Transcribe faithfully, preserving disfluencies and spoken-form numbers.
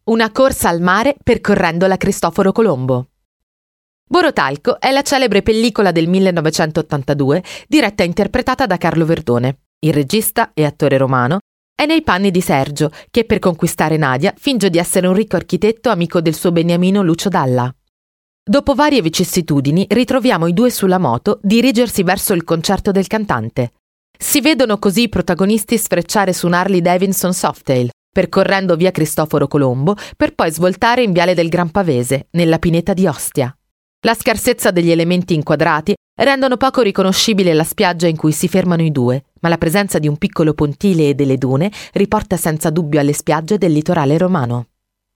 Una corsa al mare percorrendo la Cristoforo Colombo. Borotalco è la celebre pellicola del millenovecentottantadue diretta e interpretata da Carlo Verdone. Il regista e attore romano è nei panni di Sergio, che per conquistare Nadia finge di essere un ricco architetto amico del suo beniamino Lucio Dalla. Dopo varie vicissitudini ritroviamo i due sulla moto dirigersi verso il concerto del cantante. Si vedono così i protagonisti sfrecciare su un Harley Davidson Softail, percorrendo via Cristoforo Colombo per poi svoltare in Viale del Gran Pavese, nella pineta di Ostia. La scarsezza degli elementi inquadrati rendono poco riconoscibile la spiaggia in cui si fermano i due, ma la presenza di un piccolo pontile e delle dune riporta senza dubbio alle spiagge del litorale romano.